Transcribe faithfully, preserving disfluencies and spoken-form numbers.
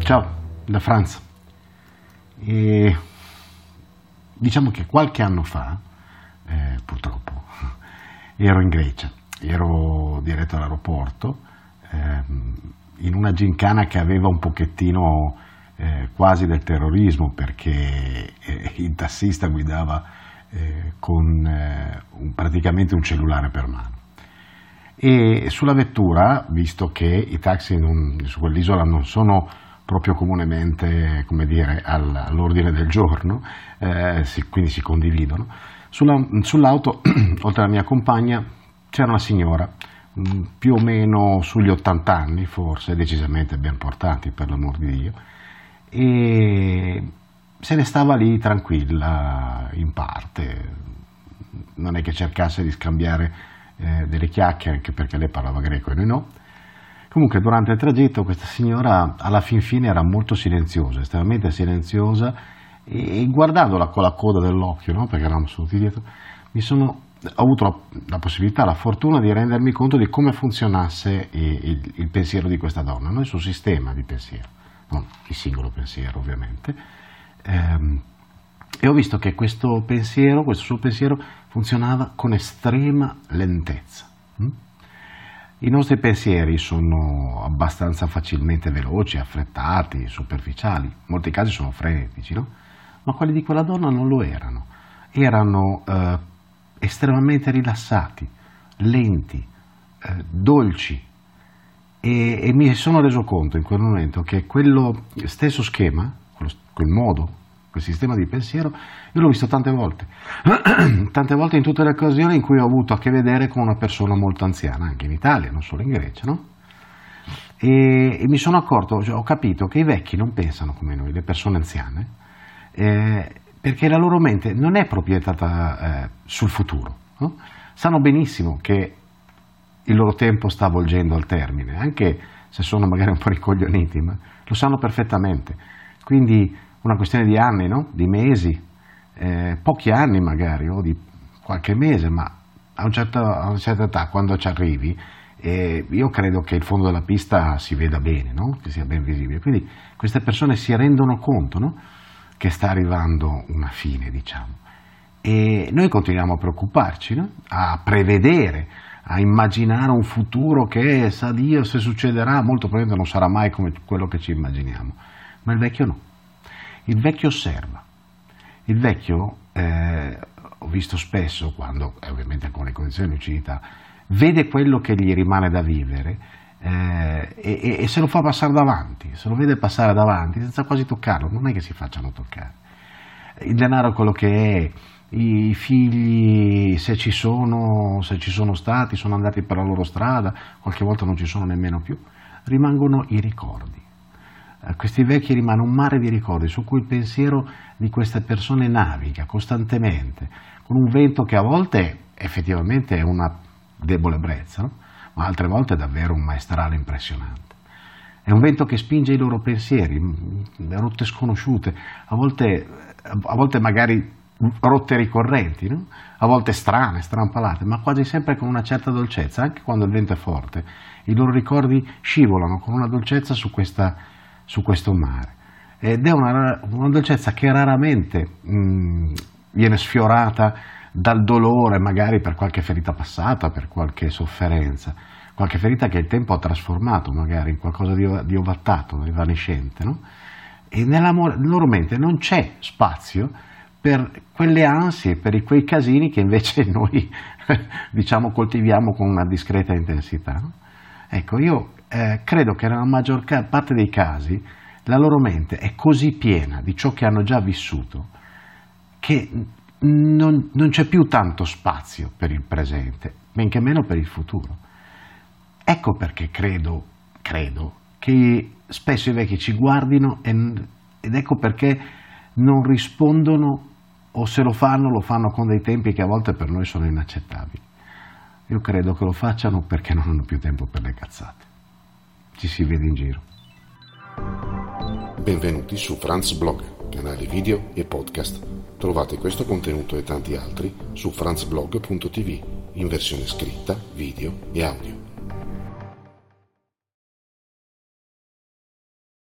Ciao, da Franz. E diciamo che qualche anno fa, eh, purtroppo, ero in Grecia, ero diretto all'aeroporto, eh, in una gincana che aveva un pochettino eh, quasi del terrorismo, perché eh, il tassista guidava eh, con eh, un, praticamente un cellulare per mano. E sulla vettura, visto che i taxi non, su quell'isola non sono proprio comunemente, come dire, all'ordine del giorno, eh, si, quindi si condividono, Sulla, sull'auto, oltre alla mia compagna, c'era una signora, mh, più o meno sugli ottanta anni, forse, decisamente ben portanti, per l'amor di Dio, e se ne stava lì tranquilla, in parte, non è che cercasse di scambiare eh, delle chiacchiere, anche perché lei parlava greco e noi no. Comunque durante il tragitto questa signora alla fin fine era molto silenziosa, estremamente silenziosa, e guardandola con la coda dell'occhio, no? Perché eravamo seduti dietro, mi sono, ho avuto la, la possibilità, la fortuna di rendermi conto di come funzionasse il, il, il pensiero di questa donna, no? Il suo sistema di pensiero, non il singolo pensiero ovviamente, ehm, e ho visto che questo pensiero, questo suo pensiero funzionava con estrema lentezza. Hm? I nostri pensieri sono abbastanza facilmente veloci, affrettati, superficiali, in molti casi sono frenetici, no? Ma quelli di quella donna non lo erano, erano eh, estremamente rilassati, lenti, eh, dolci, e, e mi sono reso conto in quel momento che quello stesso schema, quello, quel modo, quel sistema di pensiero, io l'ho visto tante volte, tante volte in tutte le occasioni in cui ho avuto a che vedere con una persona molto anziana, anche in Italia, non solo in Grecia, no? E, e mi sono accorto, cioè, ho capito che i vecchi non pensano come noi, le persone anziane, eh, perché la loro mente non è proiettata eh, sul futuro, no? Sanno benissimo che il loro tempo sta volgendo al termine, anche se sono magari un po' ricoglioniti, ma lo sanno perfettamente. Quindi una questione di anni, no? Di mesi, eh, pochi anni magari, o di qualche mese, ma a, un certo, a una certa età, quando ci arrivi, eh, io credo che il fondo della pista si veda bene, no? Che sia ben visibile. Quindi queste persone si rendono conto, no? Che sta arrivando una fine, diciamo. E noi continuiamo a preoccuparci, no? A prevedere, a immaginare un futuro che, sa Dio, se succederà, molto probabilmente non sarà mai come quello che ci immaginiamo. Ma il vecchio no. Il vecchio osserva. Il vecchio, eh, ho visto spesso, quando, eh, ovviamente con le condizioni di lucidità, vede quello che gli rimane da vivere eh, e, e se lo fa passare davanti, se lo vede passare davanti senza quasi toccarlo, non è che si facciano toccare. Il denaro è quello che è, i figli, se ci sono, se ci sono stati, sono andati per la loro strada, qualche volta non ci sono nemmeno più, rimangono i ricordi. A questi vecchi rimane un mare di ricordi su cui il pensiero di queste persone naviga costantemente, con un vento che a volte effettivamente è una debole brezza, no? Ma altre volte è davvero un maestrale impressionante. È un vento che spinge i loro pensieri, rotte sconosciute, a volte, a volte magari rotte ricorrenti, no? A volte strane, strampalate, ma quasi sempre con una certa dolcezza, anche quando il vento è forte. I loro ricordi scivolano con una dolcezza su questa su questo mare, ed è una, una dolcezza che raramente mh, viene sfiorata dal dolore, magari per qualche ferita passata, per qualche sofferenza, qualche ferita che il tempo ha trasformato magari in qualcosa di, di ovattato, evanescente, no? E nella loro mente non c'è spazio per quelle ansie, per quei casini che invece noi diciamo coltiviamo con una discreta intensità, no? Ecco, io Eh, credo che nella maggior parte dei casi la loro mente è così piena di ciò che hanno già vissuto che non, non c'è più tanto spazio per il presente, men che meno per il futuro. Ecco perché credo, credo che spesso i vecchi ci guardino e, ed ecco perché non rispondono, o se lo fanno, lo fanno con dei tempi che a volte per noi sono inaccettabili. Io credo che lo facciano perché non hanno più tempo per le cazzate. Ci si vede in giro. Benvenuti su Franz Blog, canale video e podcast. Trovate questo contenuto e tanti altri su franzblog punto tv in versione scritta, video e audio.